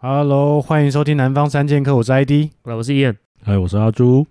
Hello， 欢迎收听南方三剑客，我是 ID， 我是 Ian， 我是阿朱。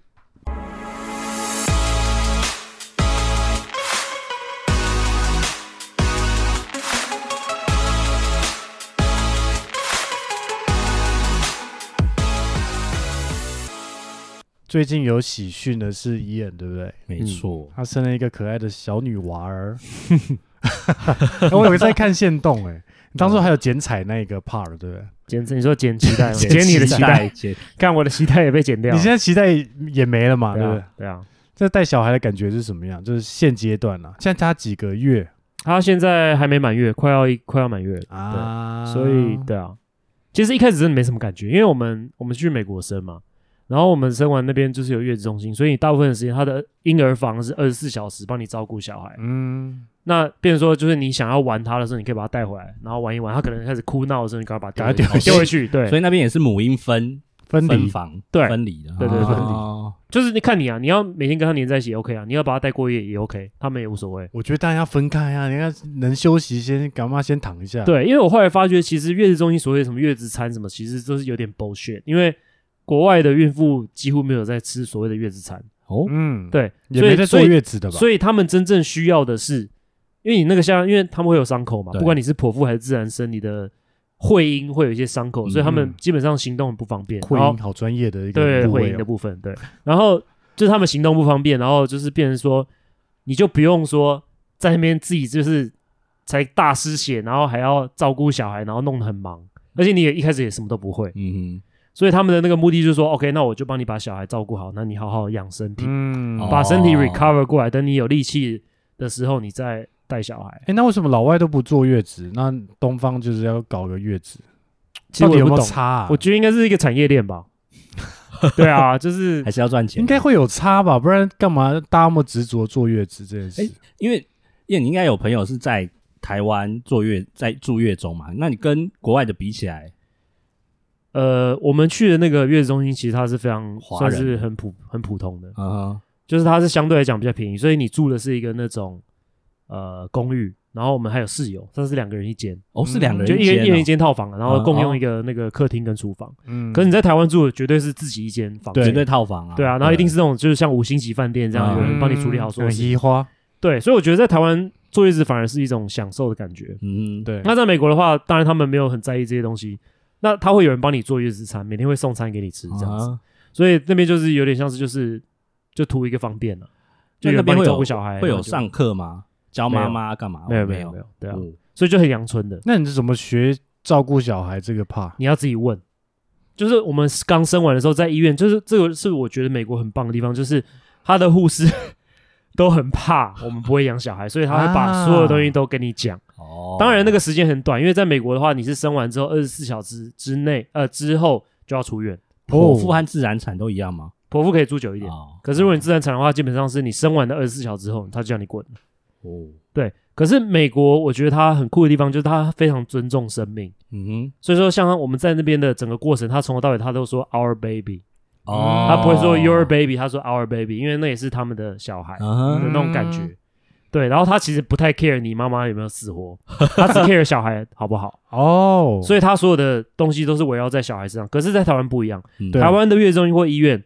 最近有喜讯的是 Ian， 对不对？ 没错， 他生了一个可爱的小女娃儿。我有在看限动你当初还有剪彩那个 part， 对不对？ 你说剪脐带吗？剪你的脐带，看我的脐带也被剪掉了。 你现在脐带也没了嘛，对不对？ 对啊。 这带小孩的感觉是什么样？就是现阶段啊，现在他几个月？ 他现在还没满月，快要满月了啊。所以对啊，其实一开始真的没什么感觉，因为我们去美国生嘛。然后我们生完那边就是有月子中心，所以你大部分的时间他的婴儿房是24小时帮你照顾小孩。那变成说就是你想要玩他的时候，你可以把他带回来，然后玩一玩。他可能开始哭闹的时候，你赶快把他丢回去。对， 所以那边也是母婴分房， 对， 分离的。 对，分离。就是你看你啊，你要每天跟他黏在一起也 OK 啊，你要把他带过夜也 OK， 他们也无所谓。 我觉得当然要分开啊，你看能休息先，干嘛先躺一下？ 对，因为我后来发觉，其实月子中心所谓什么月子餐什么，其实都是有点 bullshit， 因为国外的孕妇几乎没有在吃所谓的月子餐对， 也没在坐月子的吧？ 所以他们真正需要的是，因为你那个因为他们会有伤口嘛，不管你是剖腹还是自然生，你的会阴会有一些伤口，所以他们基本上行动很不方便。 会阴好专业的一个对会阴的部分，对，然后就是他们行动不方便，然后就是变成说，你就不用说在那边自己就是才大失血，然后还要照顾小孩，然后弄得很忙，而且你也一开始也什么都不会，所以他们的那个目的就是说 ，OK， 那我就帮你把小孩照顾好，那你好好养身体，把身体 recover 过来，等你有力气的时候，你再带小孩。 那为什么老外都不坐月子？那东方就是要搞个月子？ 其实我也不懂， 到底有没有差啊？ 我觉得应该是一个产业链吧。对啊，就是还是要赚钱， 应该会有差吧？不然干嘛大家那么执着坐月子这件事？ 因为你应该有朋友是在台湾在住月中嘛？那你跟国外的比起来？ 我们去的那个月子中心，其实它是非常算是很普通的，就是它是相对来讲比较便宜，所以你住的是一个那种公寓，然后我们还有室友，它是2个人一间， 是2个人一间， 就一人一间套房，然后共用一个那个客厅跟厨房。可是你在台湾住的绝对是自己一间房间， 绝对套房啊， 对啊，然后一定是那种就是像5星级饭店这样，有人帮你处理好所有事。对，所以我觉得在台湾坐月子反而是一种享受的感觉。 对。 那在美国的话，当然他们没有很在意这些东西。那他会有人帮你做月子餐，每天会送餐给你吃这样子，所以那边就是有点像是就图一个方便了。就有人帮你照顾小孩， 会有上课吗？教妈妈干嘛？ 没有，对啊，所以就很阳春的。 那你是怎么学照顾小孩这个 part？ 你要自己问。就是我们刚生完的时候，在医院，就是这个是我觉得美国很棒的地方，就是他的护士都很怕我们不会养小孩，所以他会把所有东西都跟你讲。当然那个时间很短，因为在美国的话，你是生完之后24小时之后就要出院。 剖腹和自然产都一样吗？ 剖腹可以住久一点，可是如果你自然产的话，基本上是你生完的24小时之后，他就叫你滚了。对。可是美国，我觉得它很酷的地方就是它非常尊重生命。所以说像我们在那边的整个过程，他从头到尾他都说 our baby。他不会说 your baby， 他说 our baby， 因为那也是他们的小孩的那种感觉。对，然后他其实不太 care 你妈妈有没有死活，他只 care 小孩好不好。所以他所有的东西都是围绕在小孩身上。可是在台湾不一样，台湾的月子中心或医院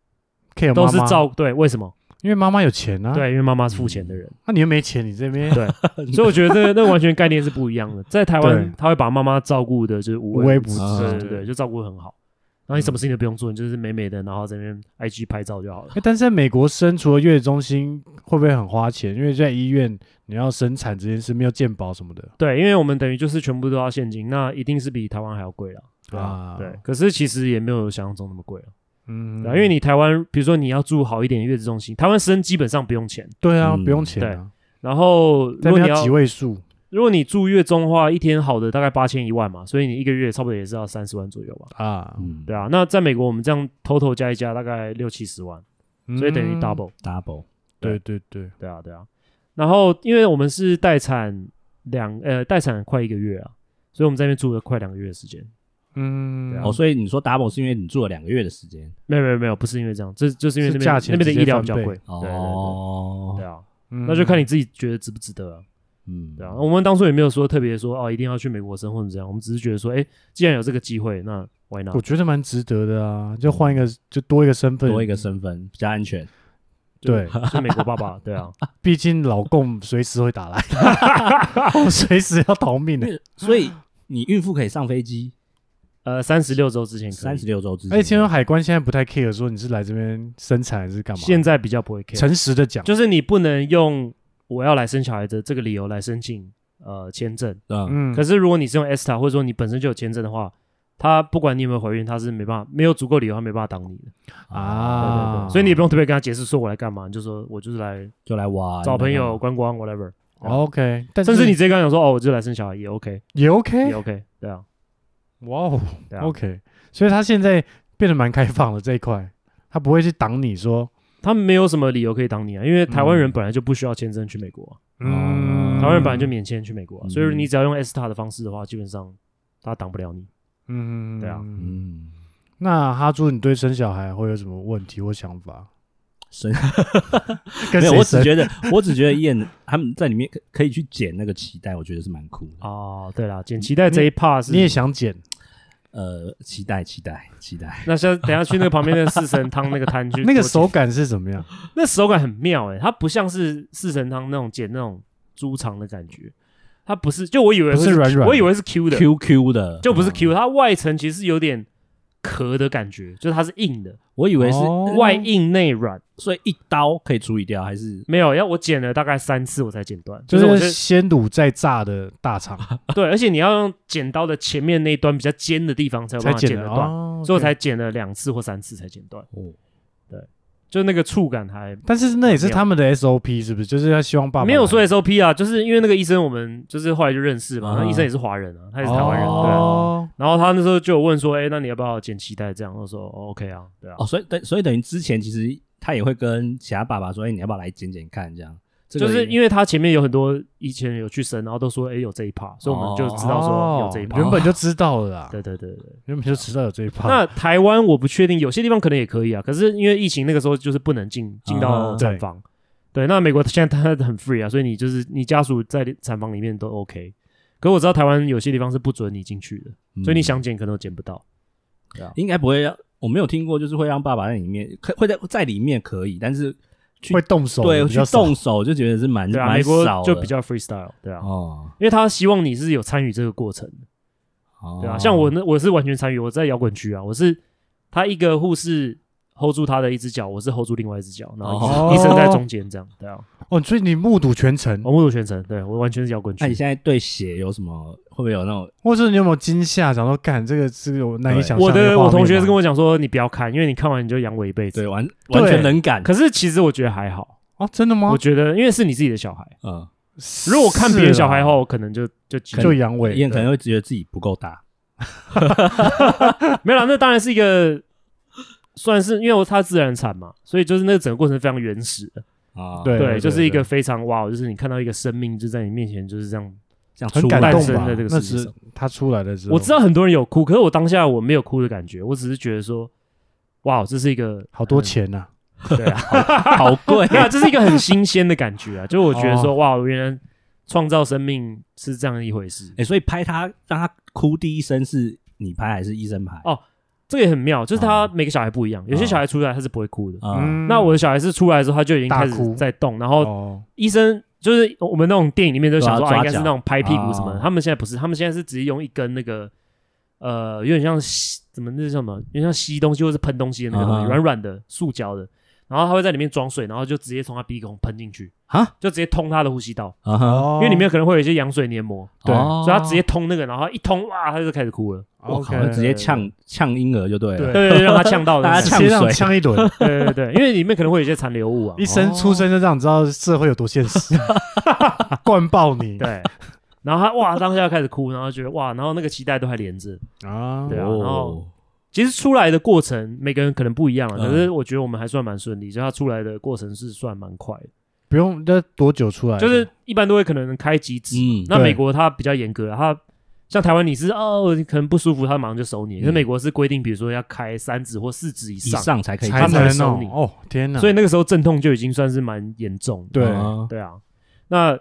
care 都是对，为什么？ 因为妈妈有钱啊。 对，因为妈妈是付钱的人。 那你又没钱，你这边对，所以我觉得那完全概念是不一样的。在台湾，他会把妈妈照顾的就是无微不至，对，就照顾得很好。然后你什么事情都不用做，你就是美美的，然后在那边 IG 拍照就好了。 但是在美国生除了月子中心会不会很花钱？因为在医院你要生产这件事没有健保什么的。 对，因为我们等于就是全部都要现金，那一定是比台湾还要贵啦。对，可是其实也没有想象中那么贵了。因为你台湾，比如说你要住好一点的月子中心，台湾生基本上不用钱。 对啊，不用钱啊。 然后如果你要几位数。 如果你住月中的话，一天好的大概8000、1万嘛，所以你一个月差不多也是要30万左右吧。对啊。那在美国我们这样total加一加，大概60、70万，所以等于 double。 对啊。然后因为我们是待产快1个月啊，所以我们在那边住了快2个月的时间。 所以你说 double 是因为你住了2个月的时间？ 没有，不是因为这样，就是因为那边的医疗比较贵。对啊。那就看你自己觉得值不值得啊。 对啊，我们当初也没有说特别说一定要去美国生或者这样，我们只是觉得说，既然有这个机会，那 why not？ 我觉得蛮值得的啊，就换一个，就多一个身份， 比较安全。 对， 是美国爸爸，对啊， 毕竟老共随时会打来，我随时要逃命的。 所以你孕妇可以上飞机 ，36周之前可以 ，36周之前。 听说海关现在不太 care 说你是来这边生产还是干嘛， 现在比较不会 care， 诚实的讲， 就是你不能用我要来生小孩的这个理由来申请签证。可是如果你是用 ESTA 或者说你本身就有签证的话，他不管你有没有怀孕，他是没办法，没有足够理由，他没办法挡你的啊。对，所以你也不用特别跟他解释说我来干嘛，你就说我就是来玩， 找朋友观光 whatever。 OK， 甚至你直接跟他讲说我就来生小孩也 OK， 也 OK， 也 OK， 对啊。 哇哦 ，OK， 所以他现在变得蛮开放的这一块，他不会去挡你说， 他没有什么理由可以挡你啊，因为台湾人本来就不需要签证去美国，台湾人本来就免签去美国，所以你只要用 ESTA 的方式的话，基本上他挡不了你。对啊， 那哈猪，你对生小孩会有什么问题或想法？ 没有，我只觉得燕他们在里面可以去剪那个脐带，我觉得是蛮酷的。 哦，对啦，剪脐带这一 part 是你也想剪？ 期待。 那等一下去那个旁边的四神汤那个摊去， 那个手感是怎么样？ 那手感很妙它不像是四神汤那种剪那种猪肠的感觉。它不是，就我以为是软软， 我以为是 Q 的 ，QQ 的， 就不是 Q，它外层其实有点壳的感觉，就是它是硬的。 我以为是外硬内软， 所以一刀可以处理掉，还是没有？我剪了大概3次我才剪断， 就是先卤再炸的大肠。 对，而且你要用剪刀的前面那一端比较尖的地方才有办法剪得断，所以我才剪了2次或3次才剪断。对。就那个触感但是那也是他们的 SOP 是不是？就是要希望爸爸没有说 SOP 啊，就是因为那个医生我们就是后来就认识嘛，那医生也是华人啊，他也是台湾人，对啊。然后他那时候就有问说，那你要不要剪脐带？这样我说OK 啊，对啊。 所以等于之前其实他也会跟其他爸爸说，你要不要来剪剪看这样。 就是因为他前面有很多以前有去生，然后都说有这一 part， 所以我们就知道说有这一 part， 原本就知道了啦。 对， 原本就知道有这一 part。 那台湾我不确定，有些地方可能也可以啊，可是因为疫情那个时候就是不能进到产房。对，那美国现在它很 free 啊，所以你家属在产房里面都 OK。可是我知道台湾有些地方是不准你进去的，所以你想剪可能都剪不到。对啊， 应该不会我没有听过，就是会让爸爸在里面，会在里面可以，但是。 会动手， 对，去动手就觉得是蛮对啊，美国就比较 freestyle， 对啊，因为他希望你是有参与这个过程的，对啊，像我是完全参与，我在摇滚区啊，我是他一个护士 hold 住他的一只脚，我是 hold 住另外一只脚，然后医生在中间这样，对啊， 所以你目睹全程， 我目睹全程，对我完全是摇滚区。 那你现在对血有什么？会不会有那种， 或者你有没有惊吓？想说，干这个我难以想象。 我同学是跟我讲说，你不要看，因为你看完你就阳痿一辈子， 对，完全能感。 可是其实我觉得还好啊，真的吗？ 我觉得因为是你自己的小孩，如果我看别人小孩的话，我可能就阳痿， 也可能会觉得自己不够大。 没有啦，那当然是一个算是因为它自然产嘛，所以就是那个整个过程非常原始的啊，对，就是一个非常哇，就是你看到一个生命就在你面前就是这样很感动吧？的这个事情上， 他出来的时候， 我知道很多人有哭，可是我当下我没有哭的感觉，我只是觉得说，哇，这是一个好多钱呐， 对啊， 好贵啊，这是一个很新鲜的感觉啊，就我觉得说，哇，原来创造生命是这样一回事。 所以拍他让他哭第一声是你拍还是医生拍？ 这个也很妙，就是他每个小孩不一样，有些小孩出来他是不会哭的，那我的小孩是出来的时候他就已经开始在动，然后医生。就是我们那种电影里面都想说应该是那种拍屁股什么的，他们现在不是，他们现在是直接用一根那个有点像怎么那是什么，有点像吸东西或是喷东西的那个东西，软软的塑胶的，然后他会在里面装水，然后就直接从他鼻孔喷进去就直接通他的呼吸道因为里面可能会有一些羊水黏膜，对，所以他直接通那个，然后一通哇，他就开始哭了。 我靠，直接呛婴儿就对了， 对，让他呛到， 大家呛水， 呛一轮， 对，因为里面可能会有一些残留物啊。 一出生就让你知道社会有多现实，灌爆你。 对，然后他哇，当下开始哭，然后觉得哇，然后那个脐带都还连着啊，对啊，然后其实出来的过程每个人可能不一样可是我觉得我们还算蛮顺利，就他出来的过程是算蛮快的。 不用多久出来？ 就是一般都会可能开几指，那美国它比较严格，它像台湾你是你可能不舒服，他马上就收你。可是美国是规定，比如说要开3指或4指以上才可以， 他才会收你。 哦天哪！ 所以那个时候阵痛就已经算是蛮严重的。 对啊，那因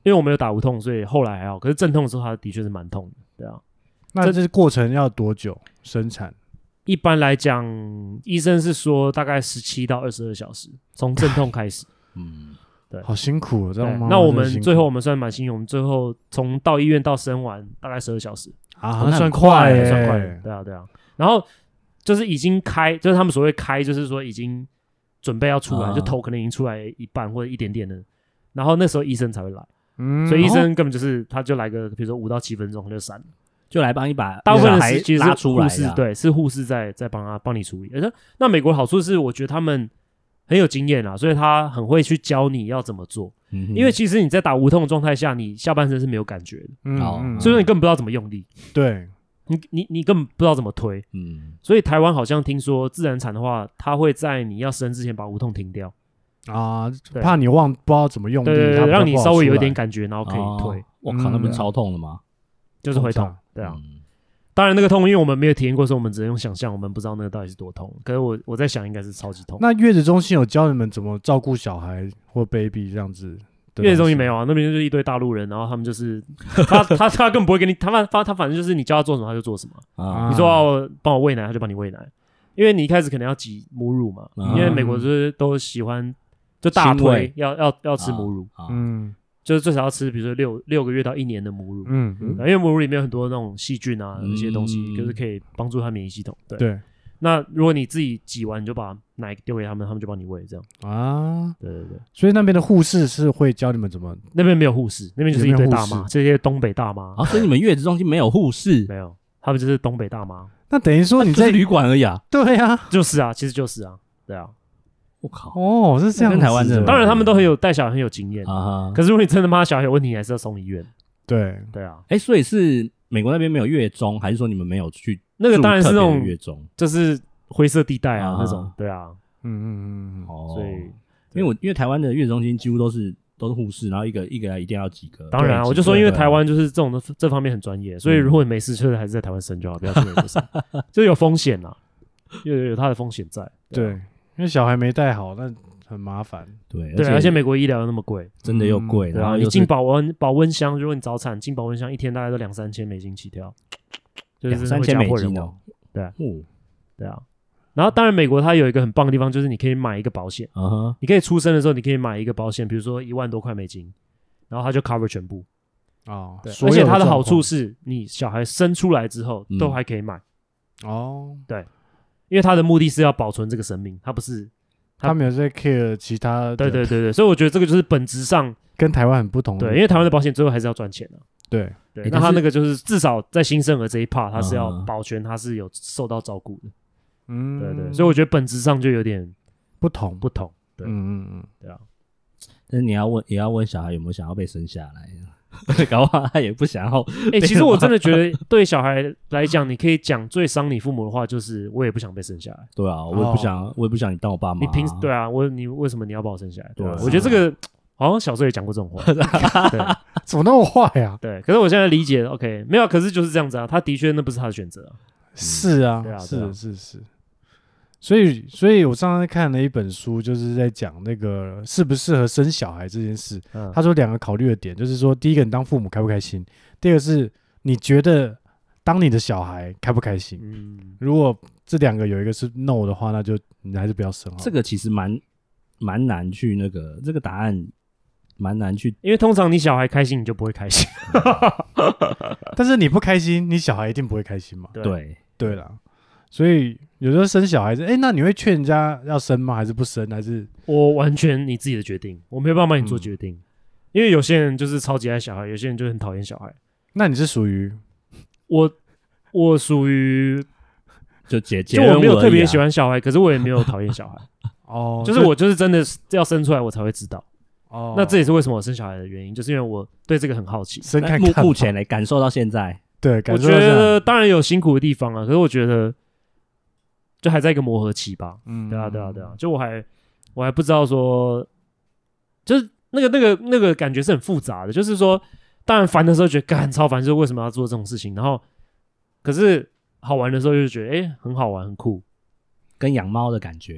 因为我没有打无痛，所以后来还好。可是阵痛的时候，它的确是蛮痛的，对啊。 那这过程要多久生产？ 一般来讲，医生是说大概17到22小时，从阵痛开始。对， 好辛苦，知道吗？ 那我们最后我们算蛮幸运，我们最后从到医院到生完大概12小时啊，那算快耶， 算快。对啊。然后就是已经开，就是他们所谓开，就是说已经准备要出来，就头可能已经出来一半或者一点点的，然后那时候医生才会来。所以医生根本就是他就来个比如说5到7分钟就闪了。 就来帮你把大部分的时其实是护士， 对，是护士在帮你处理。那美国的好处是，我觉得他们很有经验啦，所以他很会去教你要怎么做。因为其实你在打无痛的状态下，你下半身是没有感觉的，所以说你根本不知道怎么用力。 对， 你根本不知道怎么推。所以台湾好像听说自然产的话，他会在你要生之前把无痛停掉啊，怕你不知道怎么用力， 对，让你稍微有一点感觉，然后可以推。 我靠，那不是超痛的吗？ 就是会痛。对啊，当然那个痛，因为我们没有体验过，所以我们只能用想象，我们不知道那个到底是多痛。可是我在想，应该是超级痛。 那月子中心有教你们怎么照顾小孩或 baby 这样子？ 月子中心没有啊，那边就是一堆大陆人，然后他们就是他根本不会给你，他反正就是你叫他做什么他就做什么。你说要帮我喂奶，他就帮你喂奶，因为你一开始可能要挤母乳嘛，因为美国就是都喜欢就大推要吃母乳，就是最少要吃，比如说6个月到1年的母乳，因为母乳里面有很多那种细菌啊，那些东西，就是可以帮助他免疫系统。对。那如果你自己挤完，你就把奶丢给他们，他们就帮你喂，这样啊。对。 所以那边的护士是会教你们怎么？ 那边没有护士，那边就是一堆大妈，这些东北大妈。 所以你们月子中心没有护士？ 没有，他们就是东北大妈。 那等于说你在旅馆而已啊？ 对啊， 就是啊，其实就是啊，对啊。 我靠！ 哦，是这样。 跟台湾人， 当然他们都带小孩很有经验啊。可是如果你真的怕小孩有问题，你还是要送医院。 对啊。 所以是美国那边没有月中，还是说你们没有去？ 那个当然是那种月中， 就是灰色地带啊那种。对啊。所以因为台湾的月子中心几乎都是护士，然后一个一定要几个。 当然我就说因为台湾就是这方面很专业，所以如果你没事，就是还是在台湾生就好，不要去美国生，就有风险啦，有它的风险在。 对。因为小孩没带好，那很麻烦。 对，而且美国医疗又那么贵， 真的又贵。 然后你进保温箱，如果你早产进保温箱，一天大概都2-3千美金起跳，就是 2-3千美金哦。 对啊。然后当然美国它有一个很棒的地方，就是你可以买一个保险，你可以出生的时候你可以买一个保险，比如说1万多块美金，然后它就 cover 全部。对，而且它的好处是你小孩生出来之后都还可以买。对。因为他的目的是要保存这个生命，他不是他没有在 care 其他的。 对，所以我觉得这个就是本质上跟台湾很不同的。 对，因为台湾的保险最后还是要赚钱的。 对， 那他那个就是至少在新生儿这一 part， 他是要保全，他是有受到照顾的。对，所以我觉得本质上就有点不同。 对，对啊。 但是你也要问小孩有没有想要被生下来。搞不好他也不想要。 其实我真的觉得对小孩来讲，你可以讲最伤你父母的话，就是我也不想被生下来。 对啊，我也不想你当我爸妈。 对啊，你为什么你要把我生下来？对啊，我觉得这个好像小时候也讲过这种话。对， 怎么那么坏啊？ 对，可是我现在理解 ，OK， 没有，可是就是这样子啊。他的确那不是他的选择啊。 是啊，是。所以我上次看了一本书，就是在讲那个适不适合生小孩这件事。他说2个考虑的点，就是说第一个你当父母开不开心，第二个是你觉得当你的小孩开不开心。如果这2个有一个是 no 的话，那就你还是不要生好了。 这个其实蛮难去这个答案蛮难去， 因为通常你小孩开心你就不会开心， 但是你不开心，你小孩一定不会开心嘛。对啦。所以有时候生小孩子，那你会劝人家要生吗？还是不生？还是我完全你自己的决定，我没有办法帮你做决定。因为有些人就是超级爱小孩，有些人就很讨厌小孩。 那你是属于我属于就我没有特别喜欢小孩，可是我也没有讨厌小孩。就是我就是真的要生出来我才会知道。那这也是为什么我生小孩的原因，就是因为我对这个很好奇。 目前来感受到现在， 对， 我觉得当然有辛苦的地方啊，可是我觉得。就还在一个磨合期吧，对啊，就我还不知道说，就是那个感觉是很复杂的，就是说，当然烦的时候觉得干超烦，就是为什么要做这种事情，然后可是好玩的时候就觉得很好玩很酷， 跟养猫的感觉，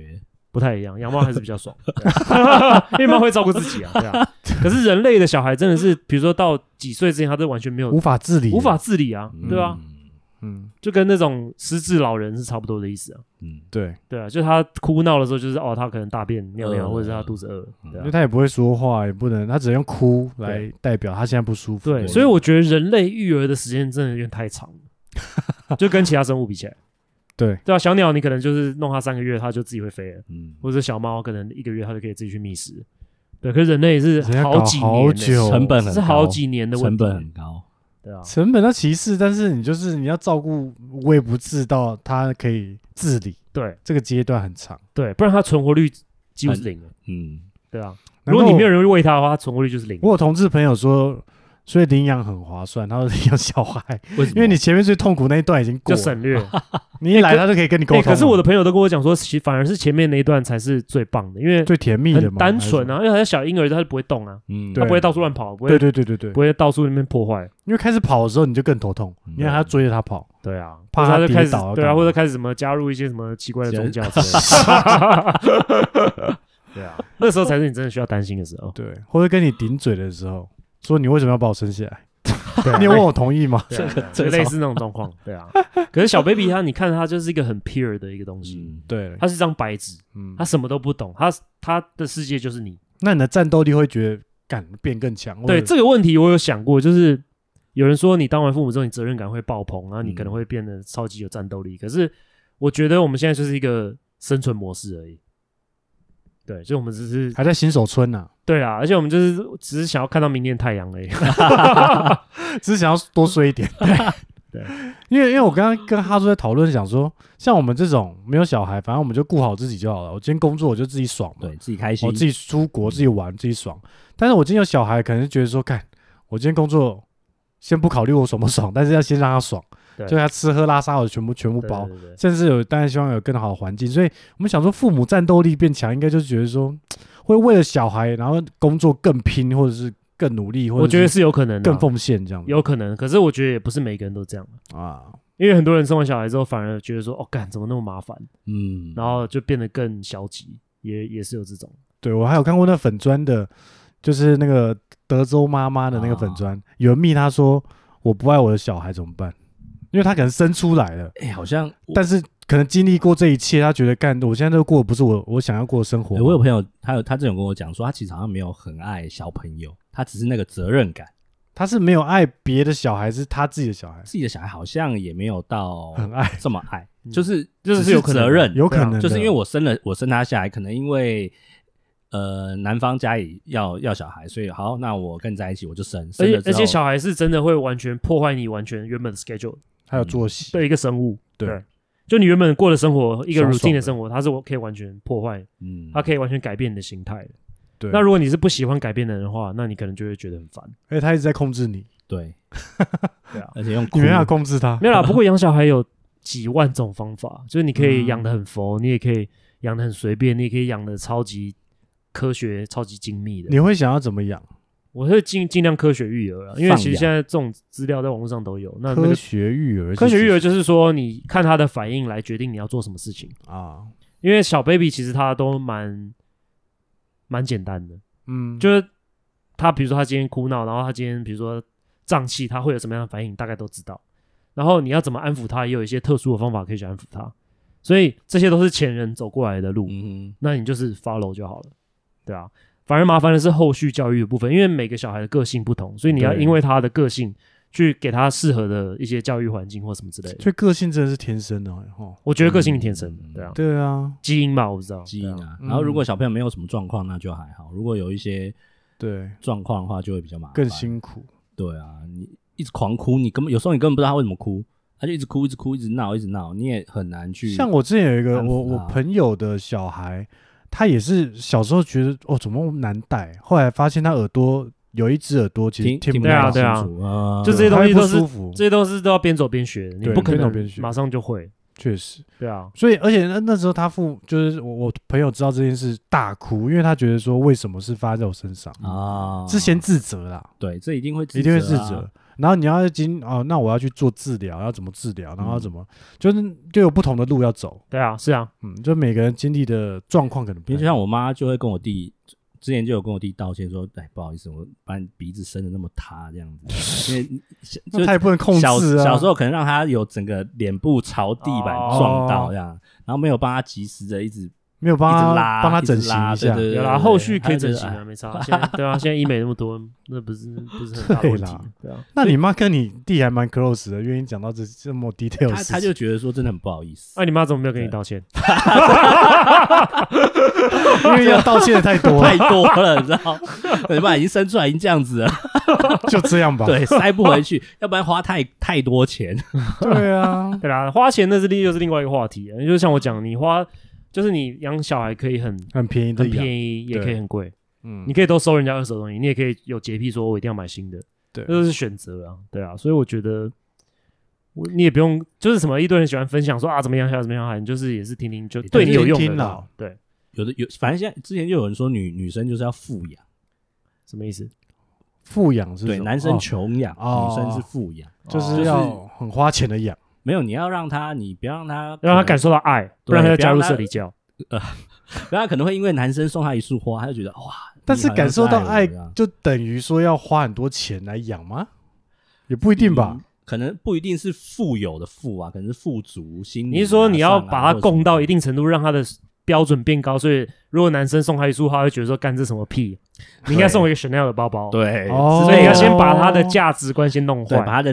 不太一样，养猫还是比较爽，因为猫会照顾自己啊，对啊。可是人类的小孩真的是，比如说到几岁之前，他都完全没有无法自理啊，对吧？就跟那种失智老人是差不多的意思啊。 对啊，就他哭闹的时候，就是他可能大便尿尿，或者是他肚子饿， 因为他也不会说话，也不能，他只能用哭来代表他现在不舒服。 对，所以我觉得人类育儿的时间真的有点太长了，就跟其他生物比起来。对啊，小鸟你可能就是弄它3个月，它就自己会飞了，或者小猫可能1个月它就可以自己去觅食。对，可是人类是好几年， 成本很高， 是好几年的问题， 成本很高。 对啊， 成本那其次，但是你要照顾微不至到它可以自理， 对， 这个阶段很长， 对，不然它存活率几乎是0了。对啊，如果你没有人喂它的话，它存活率就是0。 我有同志朋友说。所以领养很划算，他说领养小孩，因为你前面最痛苦那一段已经过了， 就省略。 你一来他就可以跟你沟通。 可是我的朋友都跟我讲说，反而是前面那一段才是最棒的，因为最甜蜜的嘛， 很单纯啊，因为好像小婴儿他就不会动啊，他不会到处乱跑，不会， 对， 不会到处那边破坏。 因为开始跑的时候你就更头痛，因为他追着他跑。 对啊， 怕他跌倒， 对啊，或者开始什么加入一些什么奇怪的宗教之类的。对啊，那时候才是你真的需要担心的时候。 对，或者跟你顶嘴的时候，说你为什么要把我生下来？你有问我同意吗？ 这个类似那种状况，对啊。可是小 baby 你看他就是一个很 pure 的一个东西， 对， 他是张白纸，他什么都不懂，他的世界就是你。 那你的战斗力会觉得变更强？ 对这个问题我有想过，就是有人说你当完父母之后，你责任感会爆棚，然后你可能会变得超级有战斗力。可是我觉得我们现在就是一个生存模式而已。对，就我们只是还在新手村啊。 对啊，而且我们只是想要看到明天的太阳而已， 只是想要多睡一点。对，因为我刚刚跟哈叔在讨论，想说，像我们这种没有小孩，反正我们就顾好自己就好了。我今天工作我就自己爽嘛， 对自己开心， 我自己出国自己玩自己爽。但是我今天有小孩，可能是觉得说，干，我今天工作先不考虑我爽不爽，但是要先让他爽。就他吃喝拉撒我全部包，对，甚至当然希望有更好的环境，所以我们想说父母战斗力变强，应该就是觉得说会为了小孩然后工作更拼，或者是更努力，或者我觉得是有可能的， 更奉献这样， 有可能。可是我觉得也不是每个人都这样啊，因为很多人生完小孩之后反而觉得说干怎么那么麻烦，然后就变得更消极，也是有这种。 对，我还有看过那粉专的，就是那个德州妈妈的那个粉专，有人密他说我不爱我的小孩怎么办？因为他可能生出来了， 好像， 但是可能经历过这一切，他觉得我现在这个过的不是我想要过的生活。 我有朋友，他之前跟我讲说，他其实好像没有很爱小朋友，他只是那个责任感， 他是没有爱别的小孩，是他自己的小孩， 自己的小孩好像也没有到很爱这么爱，就是有责任， 有可能， 就是因为我生他下来，可能因为。男方家里要小孩，所以好，那我跟你在一起，我就生。 而且小孩是真的会完全破坏你完全原本的 schedule， 还有作息的一个生物。对，就你原本过的生活，一个 routine 的生活，它是可以完全破坏，它可以完全改变你的心态的。对，那如果你是不喜欢改变的人的话，那你可能就会觉得很烦。 而且他一直在控制你。 对， 对啊， 而且用你没办法控制他。 没有啦，不过养小孩有几万种方法，就是你可以养得很佛，你也可以养得很随便，你也可以养得超级科学、超级精密的。 你会想要怎么养？ 我会尽量科学育儿啊，因为其实现在这种资料在网络上都有。那科学育儿， 科学育儿就是说，你看他的反应来决定你要做什么事情啊。因为小 baby 其实他都蛮简单的，就是他比如说他今天哭闹，然后他今天比如说胀气，他会有什么样的反应，大概都知道。然后你要怎么安抚他，也有一些特殊的方法可以去安抚他。所以这些都是前人走过来的路，那你就是 follow 就好了，对啊。反而麻烦的是后续教育的部分，因为每个小孩的个性不同，所以你要因为他的个性去给他适合的一些教育环境或什么之类的。 所以个性真的是天生的哦。 我觉得个性是天生的，对啊。 对啊， 基因吧，我不知道。 基因啊。然后如果小朋友没有什么状况，那就还好；如果有一些状况的话，就会比较麻烦， 更辛苦。 对啊，你一直狂哭，有时候你根本不知道他为什么哭，他就一直哭，一直哭，一直闹，你也很难去。 像我之前有一个我朋友的小孩。他也是小时候觉得怎么难带，后来发现他耳朵有一只耳朵其实听不太清楚， 就这些东西都是这些东西都要边走边学，你不可能马上就会。 确实， 对啊， 所以而且那时候他就是我朋友知道这件事大哭，因为他觉得说为什么是发生在我身上啊，是先自责啦， 对，这一定会自责， 然后你要那我要去做治疗，要怎么治疗，然后要怎么，就有不同的路要走。 对啊，是啊， 就每个人经历的状况可能不一样。 就像我妈就会跟我弟。之前就有跟我弟道歉说，不好意思，我把你鼻子生的那么塌这样子，因为他也不能控制啊。 小时候可能让他有整个脸部朝地板撞到这样，然后没有帮他及时的一直没有帮他整形一下， 有啦，后续可以整形啊，没差。对啊，现在医美那么多，那不是很大的问题。对啊， 那你妈跟你弟还蛮 close 的，愿意讲到这么 detail 的事情。 他就觉得说真的很不好意思。 那你妈怎么没有跟你道歉？ 因为要道歉的太多了，你知道？你妈已经生出来已经这样子了， 就这样吧。 对，塞不回去，要不然花太多钱。 对啊， 对啦，花钱又是另外一个话题。就像我讲，就是你养小孩可以很便宜的， 很便宜，也可以很贵。你可以都收人家二手东西，你也可以有洁癖，说我一定要买新的。对，这都是选择啊。对啊，所以我觉得你也不用就是什么一堆人喜欢分享说怎么养小孩怎么养小孩，你就是也是听听就对你有用的。对， 反正现在之前就有人说女生就是要富养， 什么意思？ 富养是对，男生穷养，女生是富养， 就是要很花钱的养。 没有，你要让他，你不要让他感受到爱，不然他就加入社里教。 不然他可能会因为男生送他一束花，他就觉得哇。 但是感受到爱，就等于说要花很多钱来养吗？也不一定吧。 可能不一定是富有的富啊，可能是富足心理。 你是说你要把他供到一定程度，让他的标准变高？所以如果男生送他一束花，会觉得说干这什么屁？你应该送我一个 Chanel 的包包。 对， 所以你要先把他的价值观先弄坏， 把他的。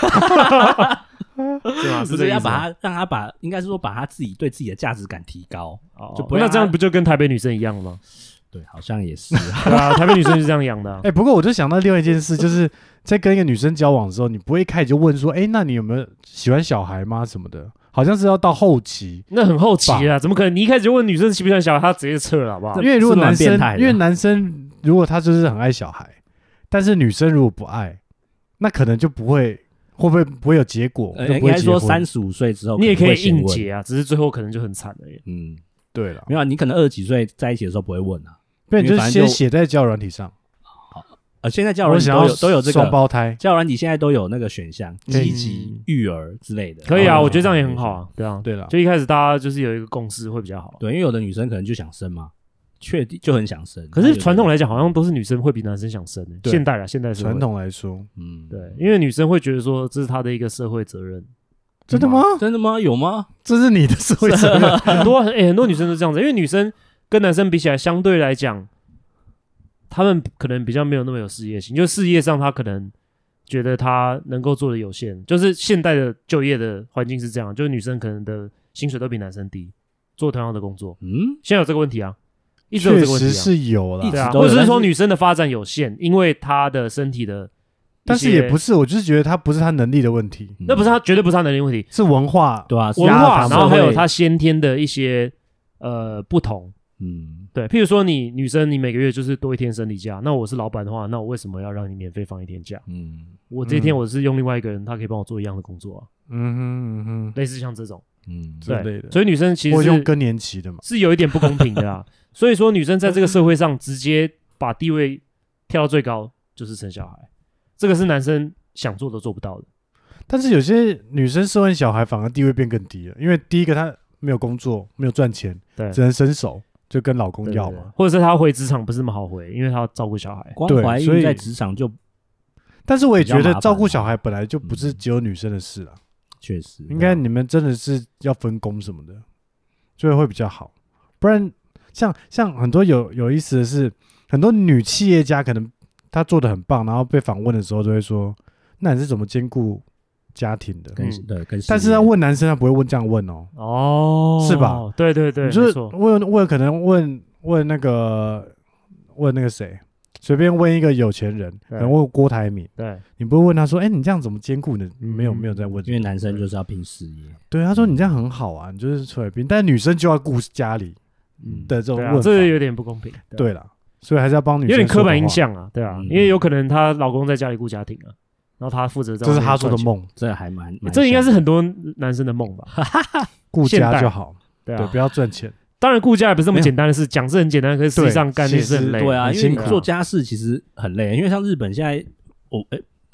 是吗？ 不是要把他让他应该是说把他自己对自己的价值感提高，就不那这样不就跟台北女生一样了吗？ 对，好像也是。 对啊，台北女生是这样养的。 不过我就想到另外一件事，就是在跟一个女生交往的时候，你不会一开始就问说，那你有没有喜欢小孩吗？什么的，好像是要到后期。 那很后期啊，怎么可能？你一开始就问女生喜不喜欢小孩，她直接撤了，好不好？ 因为如果男生如果他就是很爱小孩，但是女生如果不爱，那可能就不会。会不会有结果？ 应该说35岁之后， 你也可以应结啊，只是最后可能就很惨而已。 对了， 没有，你可能20几岁在一起的时候不会问啊， 不然你就先写在交友软体上。 现在交友软体都有这个双胞胎， 交友软体现在都有那个选项，积极育儿之类的。 可以啊，我觉得这样也很好啊。对啊， 对了， 就一开始大家就是有一个共识会比较好。 对，因为有的女生可能就想生嘛。确定就很想生， 可是传统来讲，好像都是女生会比男生想生的。现代传统来说， 对，因为女生会觉得说这是她的一个社会责任。 真的吗？ 真的吗？有吗？ 这是你的社会责任。 很多女生都这样子，因为女生跟男生比起来，相对来讲，他们可能比较没有那么有事业心，就事业上他可能觉得他能够做的有限。就是现代的就业的环境是这样，就是女生可能的薪水都比男生低，做同样的工作。现在有这个问题啊。一直有这个问题确实是有啦， 对啊，或者是说女生的发展有限，因为她的身体的， 但是也不是，我就是觉得她不是她能力的问题， 那不是她，绝对不是她能力问题， 是文化， 对啊， 文化，然后还有她先天的一些不同，对，譬如说你女生你每个月就是多一天生理假，那我是老板的话，那我为什么要让你免费放一天假？我这一天我是用另外一个人，他可以帮我做一样的工作啊，类似像这种。对，所以女生其实是用更年期的嘛， 是有一点不公平的啦。所以说，女生在这个社会上直接把地位跳到最高，就是生小孩，这个是男生想做都做不到的。 但是有些女生生完小孩反而地位变更低了，因为第一个她没有工作，没有赚钱， 对， 只能伸手就跟老公要嘛， 或者是她回职场不是那么好回，因为她要照顾小孩。 光怀孕在职场就， 但是我也觉得照顾小孩本来就不是只有女生的事啦。 确实， 应该你们真的是要分工什么的，所以会比较好。不然像很多有意思的是，很多女企业家可能她做得很棒，然后被访问的时候都会说：“那你是怎么兼顾家庭的？”但是要问男生，他不会问这样问哦，是吧？ 对对对， 就是问可能问那个谁。随便问一个有钱人，可能问郭台铭， 对， 你不会问他说：“你这样怎么兼顾呢？”没有在问， 因为男生就是要拼事业。 对，他说：“你这样很好啊，你就是出来拼。”但女生就要顾家里的这种问法， 这有点不公平。 对啦，所以还是要帮女生。 有点刻板印象啊，对啊，因为有可能她老公在家里顾家庭啊，然后她负责这是她做的梦， 这还蛮， 这应该是很多男生的梦吧？ 顾家就好， 对， 不要赚钱。 当然，顾家也不是这么简单的事，讲是很简单，可是实际上干也是很累。 对啊，因为做家事其实很累。因为像日本现在，不知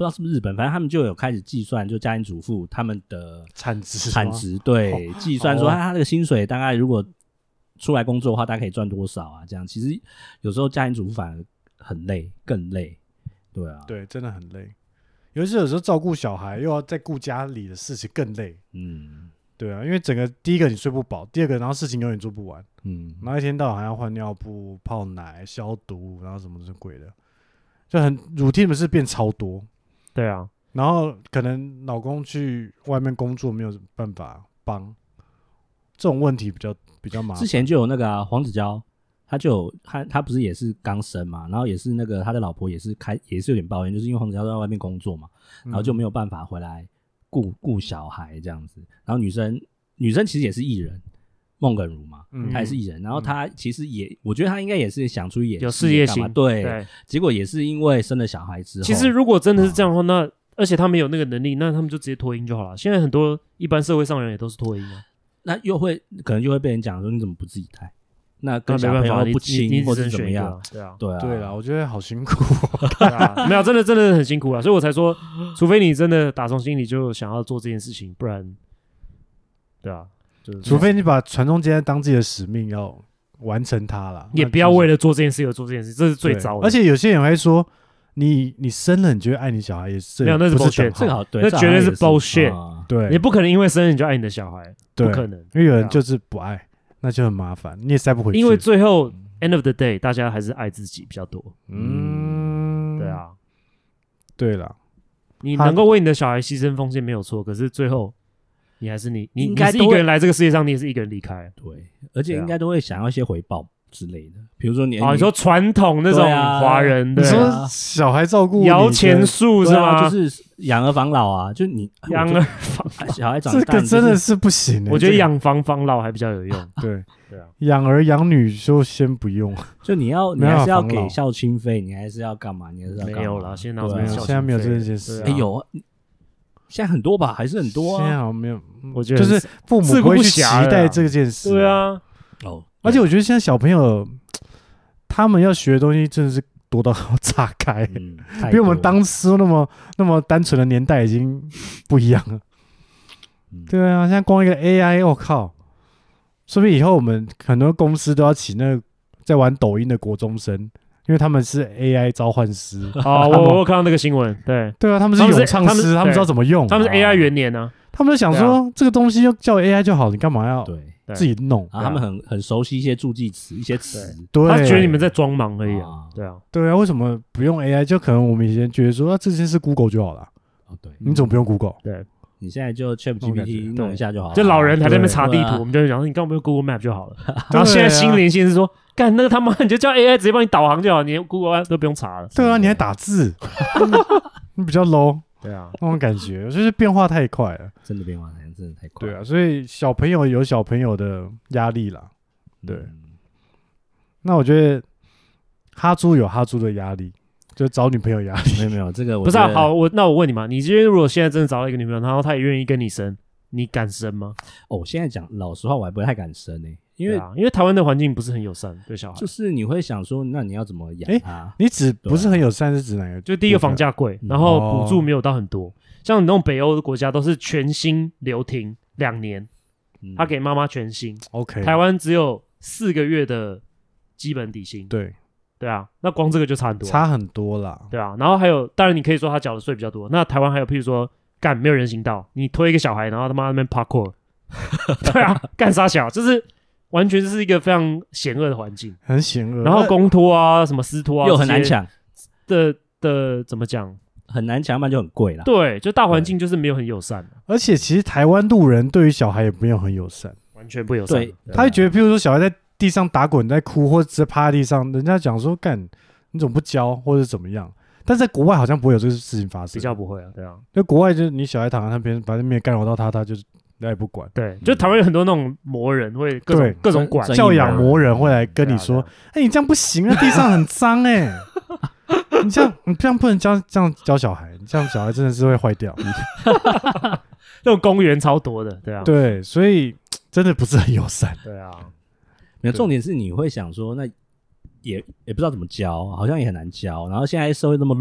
不知道是不是日本，反正他们就有开始计算，就家庭主妇他们的产值对，计算说他那个薪水大概如果出来工作的话，大概可以赚多少啊？这样其实有时候家庭主妇反而很累，更累。对啊， 对，真的很累。尤其有时候照顾小孩，又要再顾家里的事情，更累。对啊，因为第一个你睡不饱，第二个然后事情永远做不完。然后一天到晚还要换尿布、泡奶、消毒，然后什么都是贵的，就很routine的事变超多。 对啊， 然后可能老公去外面工作没有办法帮，这种问题比较麻烦。 之前就有那个黄子佼。他不是也是刚生嘛，然后也是那个他的老婆也是有点抱怨，就是因为黄子佼在外面工作嘛，然后就没有办法回来顾小孩这样子。然后女生其实也是艺人，孟耿如嘛，她也是艺人。然后她其实我觉得她应该也是想出演戏有事业心， 对。结果也是因为生了小孩之后， 其实如果真的是这样的话，那而且他们有那个能力，那他们就直接脱音就好了。现在很多一般社会上人也都是脱音啊， 那可能就会被人讲说你怎么不自己带？那跟小朋友不亲，或者怎么样？ 对啦，我觉得好辛苦没有，真的很辛苦啊，所以我才说，除非你真的打从心里就想要做这件事情，不然，对啊， 除非你把传宗接代当自己的使命，要完成它啦， 也不要为了做这件事而做这件事，这是最糟的。 而且有些人会说，你生了，你就会爱你小孩，也是没有，那是 bullshit， 那绝对是 bullshit， 对，你不可能因为生了你就爱你的小孩，不可能， 因为有人就是不爱。那就很麻烦，你也塞不回去。 因为最后 end of the day， 大家还是爱自己比较多。对啊， 对啦， 你能够为你的小孩牺牲奉献没有错，可是最后你还是你是一个人来这个世界上，你也是一个人离开。 对，而且应该都会想要一些回报之类的，比如说你说传统那种华人的， 你说小孩照顾摇钱树是吗？ 就是养儿防老啊，就你养儿防小孩长大， 这个真的是不行。 我觉得养防老还比较有用。 对啊，养儿养女就先不用。 就你还是要给孝亲费，你还是要干嘛？你还是要没有了，现在没有这件事。 有，现在很多吧，还是很多啊。 现在好像没有， 我觉得就是父母不会去期待这件事。 对啊， 而且我觉得现在小朋友他们要学的东西真的是多到要炸开，比我们当初那么单纯的年代已经不一样了。对啊，现在光一个 AI， 我靠，说不定以后我们很多公司都要请那个在玩抖音的国中生，因为他们是 AI 召唤师。 我有看到那个新闻，对啊，他们是咏唱师，他们知道怎么用， 他们是 AI 元年啊， 他们就想说这个东西就叫 AI 就好，你干嘛要自己弄？ 他们很熟悉一些助记词、一些词， 他觉得你们在装忙而已啊。 对啊，为什么不用 AI？ 就可能我们以前觉得说这件事 Google 就好了。对，你怎么不用 Google？ 对，你现在就 ChatGPT 弄一下就好了。 就老人还在那边查地图，我们就想说你干嘛不用 Google Map 就好了。然后现在新连线是说，干那个他妈你就叫 AI 直接帮你导航就好，你 Google 都不用查了。 对啊，你还打字，你比较 low。 对啊， 那种感觉就是变化太快了， 真的太快。 对啊，所以小朋友有小朋友的压力啦。对，那我觉得哈猪有哈猪的压力，就找女朋友压力。 没有这个不是啊。好，那我问你嘛，你今天如果现在真的找到一个女朋友，然后她也愿意跟你生，你敢生吗？ 现在讲老实话，我还不太敢生因为台湾的环境不是很友善对小孩， 就是你会想说，那你要怎么养他？ 你指不是很友善是指哪个？ 就第一个房价贵，然后补助没有到很多。像你那种北欧的国家都是全薪留停2年，他给妈妈全薪。 OK， 台湾只有4个月的基本底薪。对啊，那光这个就差很多， 差很多啦。 对啊，然后还有，当然你可以说他缴的税比较多。那台湾还有，譬如说干没有人行道，你推一个小孩，然后他妈那边 parkour， 对啊，干啥小，就是完全是一个非常险恶的环境， 很险恶。 然后公托啊，什么私托啊， 又很难抢的怎么讲？ 很难抢，不然就很贵啦。 对，就大环境就是没有很友善。 而且其实台湾路人对于小孩也没有很友善， 完全不友善。 对，他会觉得，譬如说小孩在地上打滚、在哭，或者直接趴在地上，人家讲说干，你怎么不教，或者怎么样？但在国外好像不会有这个事情发生， 比较不会啊，对啊。 在国外就是你小孩躺在那边，把那边干扰到他就是他也不管。 对，就台湾有很多那种魔人会各种管教养魔人会来跟你说，你这样不行啊，地上很脏你这样不能这样教小孩，你这样小孩真的是会坏掉。 那种公园超多的，对啊， 对，所以真的不是很友善。 对啊， 没有重点是你会想说，那也不知道怎么教，好像也很难教。然后现在社会那么乱，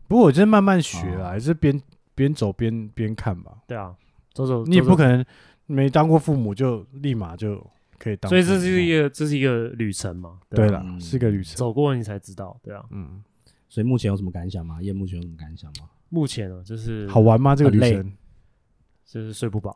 不过我觉得慢慢学啦，还是边走边看吧。 对啊，走， 你也不可能没当过父母就立马就可以当父母。 所以这是一个旅程嘛。 对啦，是个旅程， 走过你才知道。对啊， 所以目前有什么感想吗？目前有什么感想吗？ 目前就是好玩吗？这个旅程就是睡不饱。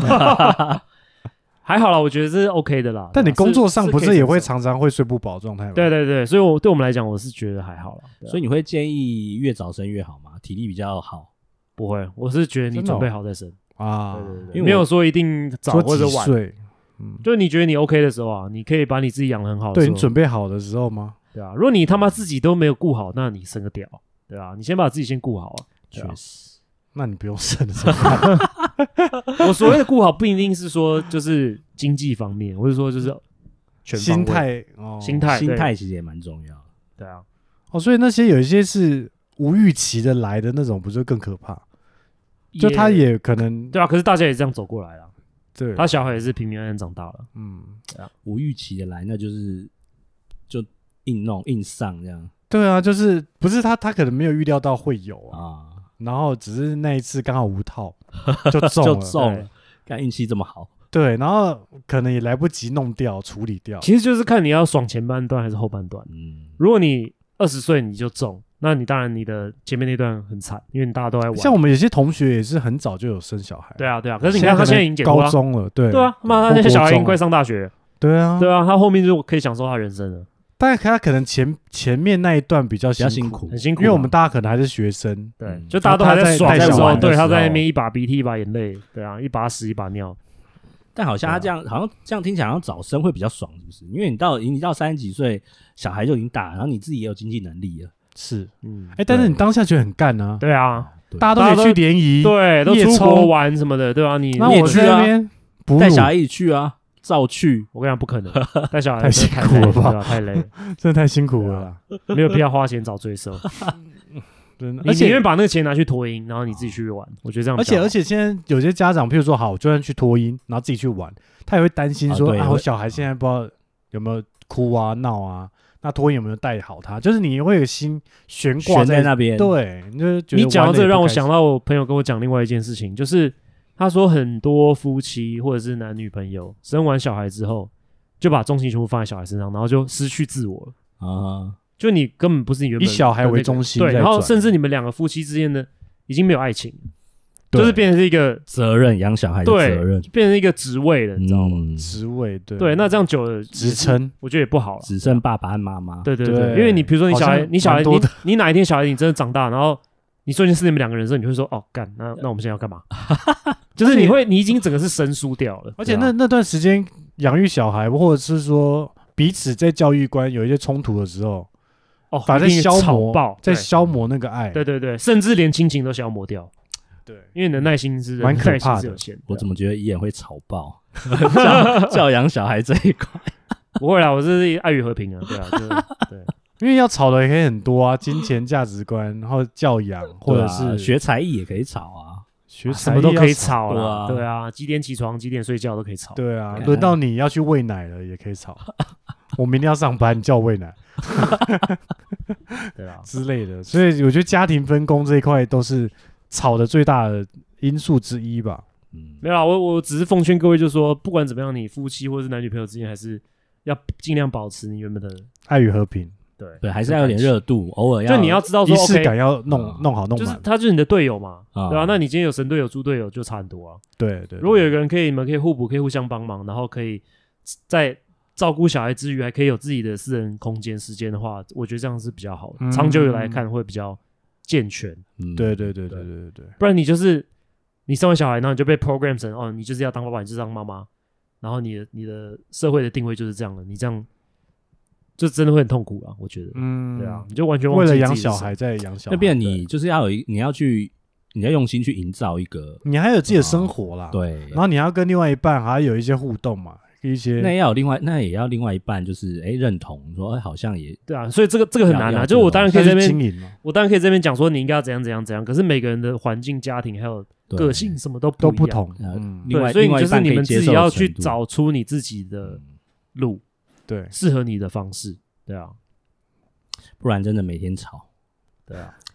还好啦，我觉得这是 OK 的啦。 但你工作上不是也会常常会睡不饱状态吗？ 对，所以对我们来讲，我是觉得还好啦。 所以你会建议越早生越好吗？体力比较好？ 不会，我是觉得你准备好再生啊。 对，没有说一定早或者晚。就是你觉得你 OK 的时候啊，你可以把你自己养得很好的时候。 对，你准备好的时候吗？ 对啊，如果你他妈自己都没有顾好，那你生个屌，对啊，你先把自己先顾好啊。 确实。 那你不用生了。 我所谓的顾好，不一定是说就是经济方面，或者说就是全方位心态其实也蛮重要的。 对啊， 所以那些有一些是无预期的来的那种，不是更可怕？就他也可能对啊，可是大家也这样走过来了。 对， 他小孩也是平平安安长大了。 对啊，无预期的来，那就硬弄硬上这样。 对啊，就是不是他可能没有预料到会有啊。然后只是那一次刚好无套就中了， 看运气这么好。 对，然后可能也来不及弄掉处理掉。 其实就是看你要爽前半段还是后半段。如果你20岁你就中，那你当然你的前面那段很惨，因为你大家都在玩。 像我们有些同学也是很早就有生小孩。 对啊，可是你看他现在已经解脱了， 高中了，对啊，妈，他现在小孩已经快上大学。 对啊， 他后面就可以享受他人生了。 但他可能前面那一段比较辛苦， 很辛苦， 因为我们大家可能还是学生， 对，就大家都还在爽的时候，对，他在那边一把鼻涕一把眼泪，对啊，一把屎一把尿。 但好像他这样，好像这样听起来，好像早生会比较爽，是不是？因为你到30几岁，小孩就已经大，然后你自己也有经济能力了， 是，但是你当下觉得很干啊， 对啊， 大家都可以去联谊， 对，都出国玩什么的，对啊， 那我去那边带小孩一起去啊。照去， 我跟你讲不可能，带小孩太辛苦了吧， 太累， 真的太辛苦了， 没有必要花钱找罪受。你宁愿把那个钱拿去托婴，然后你自己去玩，我觉得这样。 而且现在有些家长，譬如说好，就算去托婴，然后自己去玩，他也会担心说我小孩现在不知道有没有哭啊闹啊，那托婴有没有带好他？就是你会有心悬挂在那边。 对， 你讲到这个，让我想到我朋友跟我讲另外一件事情，就是他说很多夫妻或者是男女朋友生完小孩之后，就把重心全部放在小孩身上，然后就失去自我了啊。就你根本不是你原本以小孩为中心， 对，然后甚至你们两个夫妻之间的已经没有爱情，就是变成是一个责任，养小孩的责任， 变成一个职位了，你知道吗？ 职位， 对，那这样久了职称， 我觉得也不好了， 只剩爸爸和妈妈。 对，因为你比如说你小孩，你哪一天小孩你真的长大，然后你瞬间是你们两个人的时候，你会说哦干，那我们现在要干嘛？就是你已经整个是生疏掉了， 而且那段时间养育小孩，或者是说彼此在教育观有一些冲突的时候。反正在消磨那个爱， 对，甚至连亲情都消磨掉。对，因为你的耐心是蛮可怕的， 有限。 我怎么觉得一眼会吵爆教养小孩这一块？ 不会啦，我是爱与和平啊，对啊，对， 因为要吵的也可以很多啊，金钱、价值观，然后教养，或者是学才艺也可以吵啊， 什么都可以吵啦，对啊，几点起床、几点睡觉都可以吵。 对啊，轮到你要去喂奶了，也可以吵。我明天要上班，你叫我喂奶， 对啊之类的，所以我觉得家庭分工这一块都是吵的最大的因素之一吧。 没有啦，我只是奉劝各位，就是说，不管怎么样，你夫妻或是男女朋友之间，还是要尽量保持你原本的爱与和平。 对，还是要有点热度，偶尔就你要知道说， 仪式感要弄好弄满。 就是他就是你的队友嘛，对吧？那你今天有神队友、猪队友，就差很多啊。 对， 如果有一个人你们可以互补，可以互相帮忙，然后可以在照顾小孩之余，还可以有自己的私人空间、时间的话，我觉得这样是比较好的。长久以来看会比较健全。 对。 不然你就是你生完小孩，然后你就被 program 成哦，你就是要当爸爸，你就是当妈妈，然后你的社会的定位就是这样了。你这样就真的会很痛苦啊，我觉得。对啊，你就完全忘记为了养小孩在养小孩， 那变你就是要你要用心去营造一个， 你还有自己的生活啦。 对， 然后你要跟另外一半还有一些互动嘛。 那也要另外一半就是认同说好像也对啊，所以这个很难啊。就我当然可以这边讲说你应该要怎样，可是每个人的环境、家庭还有个性什么都不同。对，所以就是你们自己要去找出你自己的路， 对， 适合你的方式，对啊， 不然真的每天吵， 对啊。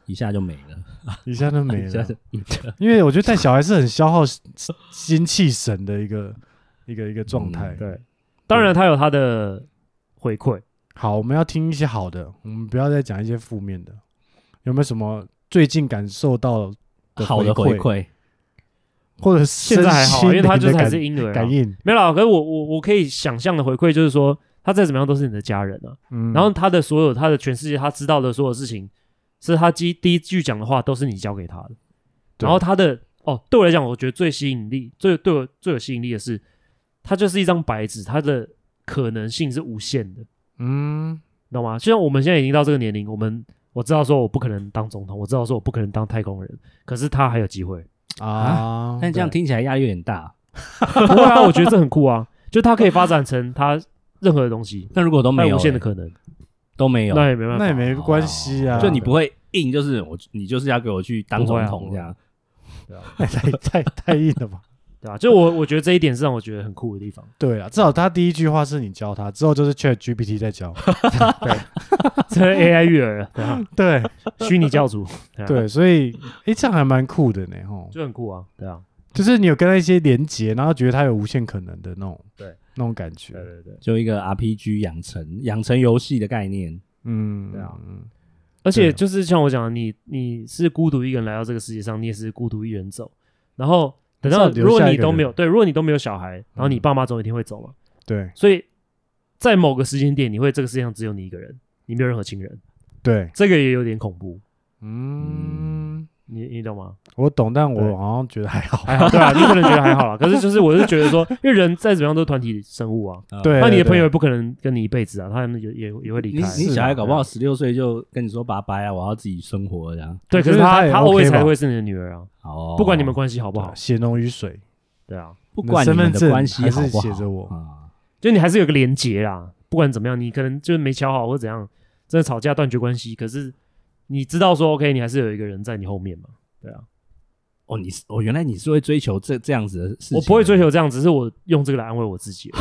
一下就没了， 一下就没了。因为我觉得带小孩是很消耗精气神的一个状态。 对，当然他有他的回馈。 好，我们要听一些好的，我们不要再讲一些负面的。有没有什么最近感受到好的回馈？ 或者现在还好，因为他就是还是婴儿感应没有啦。可是我可以想象的回馈就是说，他再怎么样都是你的家人啊。然后他的所有他的全世界，他知道的所有事情，是他第一句讲的话都是你教给他的。然后他的对我来讲，我觉得最吸引力、对我最有吸引力的是，他就是一张白纸，他的可能性是无限的。懂吗？就像我们现在已经到这个年龄，我知道说我不可能当总统，我知道说我不可能当太空人，可是他还有机会啊！但这样听起来压力有点大。 不会啊，我觉得这很酷啊，就他可以发展成他任何的东西。 那如果都没有无限的可能， 都没有， 那也没办法， 那也没关系啊。 就你不会硬，就是你就是要给我去当总统这样， 对啊， 太硬了吧？ 对啊，就我觉得这一点是让我觉得很酷的地方。 对啊，至少他第一句话是你教他，之后就是 ChatGPT 在教。 对，这 AI 育儿了， 对， 虚拟教主。 对，所以这样还蛮酷的呢， 就很酷啊，对啊， 就是你有跟他一些连结，然后觉得他有无限可能的那种感觉。 对， 就一个 RPG 养成游戏的概念。 对啊。而且就是像我讲的，你是孤独一个人来到这个世界上，你也是孤独一人走，然后。等到如果你都没有小孩，然后你爸妈总有一天会走嘛， 对， 所以在某个时间点，你会这个世界上只有你一个人，你没有任何亲人， 对， 这个也有点恐怖，你懂吗？ 我懂，但我好像觉得还好， 对啊，你可能觉得还好啦，可是就是我是觉得说，因为人再怎么样都是团体生物啊， 对， 那你的朋友也不可能跟你一辈子啊，他们也会离开。 你小孩搞不好16岁就跟你说拜拜啊，我要自己生活这样。 对，可是他always才会是你的女儿啊，不管你们关系好不好， 血浓于水， 对啊， 不管你们的关系好不好， 写着我， 就你还是有个连结啦，不管怎么样，你可能就是没瞧好或怎样，真的吵架断绝关系，可是你知道说 OK， 你还是有一个人在你后面嘛，对啊。 原来你是会追求这样子的事情。 我不会追求这样，只是我用这个来安慰我自己。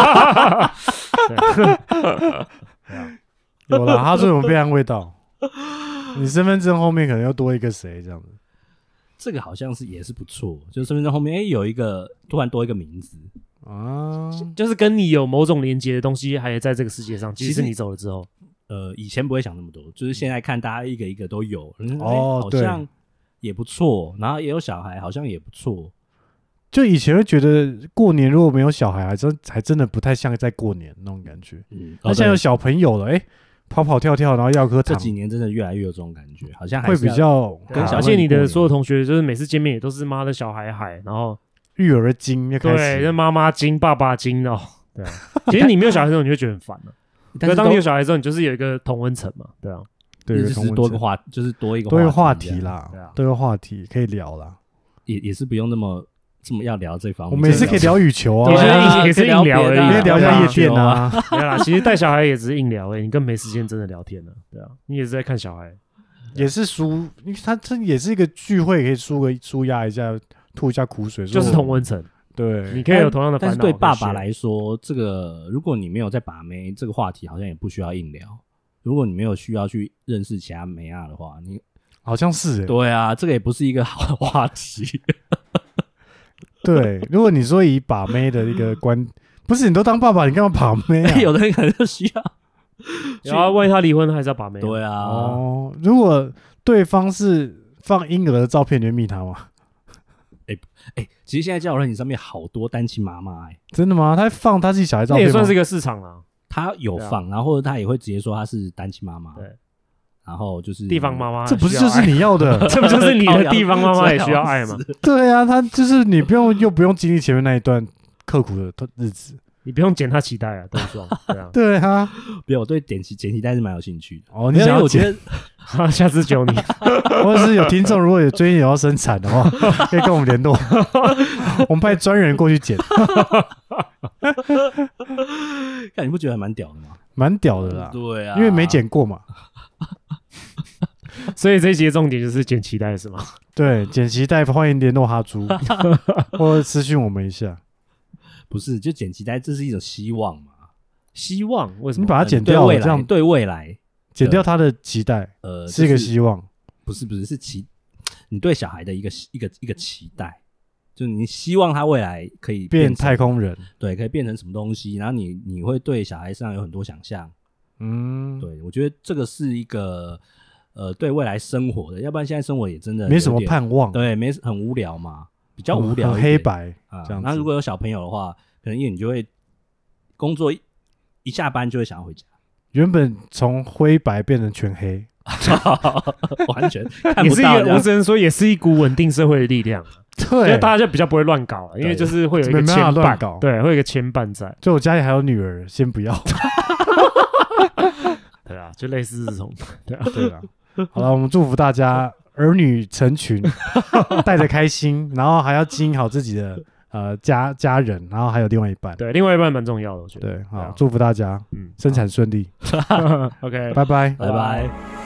有啦，他说有被安慰到。你身份证后面可能又多一个谁这样子？ 这个好像也是不错，就身份证后面有一个突然多一个名字啊，就是跟你有某种连接的东西，还在这个世界上。即使你走了之后， 以前不会想那么多，就是现在看大家一个一个都有，好像。也不错，然后也有小孩，好像也不错。 就以前会觉得过年如果没有小孩，还真的不太像在过年那种感觉。那现在有小朋友了，跑跑跳跳，然后要颗糖。 这几年真的越来越有这种感觉，好像会比较。 而且你的所有同学，就是每次见面也都是妈的小孩海，然后育儿经开始， 对，那妈妈经、爸爸经哦。对，其实你没有小孩之后，你会觉得很烦了。但是当你有小孩之后，你就是有一个同温层嘛，对啊。 对，就是多个话，就是多一个话题啦，多一个话题可以聊啦， 也是不用这么要聊这方面。 我们也是可以聊羽球啊， 也是硬聊而已， 聊一下夜店啊。 没有啦，其实带小孩也只是硬聊而已，你更没时间真的聊天了，对啊，你也是在看小孩， 也是他这也是一个聚会，可以舒压一下，吐一下苦水， 就是同温层。 对， 你可以有同样的烦恼。 但是对爸爸来说，这个如果你没有在把妹，这个话题好像也不需要硬聊。如果你没有需要去认识其他妹啊的话，你好像是对啊，这个也不是一个好的话题。 对，如果你说以把妹的一个不是你都当爸爸，你干嘛把妹啊？ 有的人可能就需要。 然后万一他离婚，还是要把妹。 对啊。 如果对方是放婴儿的照片，你会密他吗？ 其实现在交友软件上面好多单亲妈妈真的吗？他放他自己小孩照片， 那也算是一个市场啦。 他有放，然后或者他也会直接说他是单亲妈妈， 对， 然后就是地方妈妈， 这不是就是你要的， 这不就是你的地方妈妈也需要爱吗？ 对啊，他就是你又不用经历前面那一段刻苦的日子， 你不用剪他脐带啊，都爽，对啊， 对啊， 不我对剪脐带是蛮有兴趣的哦，你想要剪， 下次揪你， 或者是有听众如果有最近有要生产的话，可以跟我们联络，我们派专人过去剪。 看你不觉得还蛮屌的吗？ 蛮屌的啦， 对啊， 因为没剪过嘛。 所以这一集的重点就是剪脐带是吗？ 对，剪脐带欢迎联络哈猪，或者私讯我们一下。 不是，就剪脐带，这是一种希望嘛？ 希望？为什么？ 你把它剪掉，这样对未来剪掉他的脐带，是一个希望。 不是是你对小孩的一个期待，就是你希望他未来可以变太空人， 对，可以变成什么东西，然后你会对小孩上有很多想象。对，我觉得这个是一个对未来生活的，要不然现在生活也真的没什么盼望， 对，很无聊嘛，比较无聊， 很黑白这样子。 那如果有小朋友的话，可能因为你就会工作一下班就会想要回家， 原本从灰白变成全黑， 完全看不到。 我只能说，也是一股稳定社会的力量。 对， 大家就比较不会乱搞了，因为就是会有一个牵绊，对，会有一个牵绊在。 就我家里还有女儿，先不要。 对啊，就类似这种。对啊。 好了，我们祝福大家儿女成群，带着开心，然后还要经营好自己的家人，然后还有另外一半。 对，另外一半蛮重要的，我觉得。 对，好，祝福大家，生产顺利。 OK， 拜拜。 拜拜。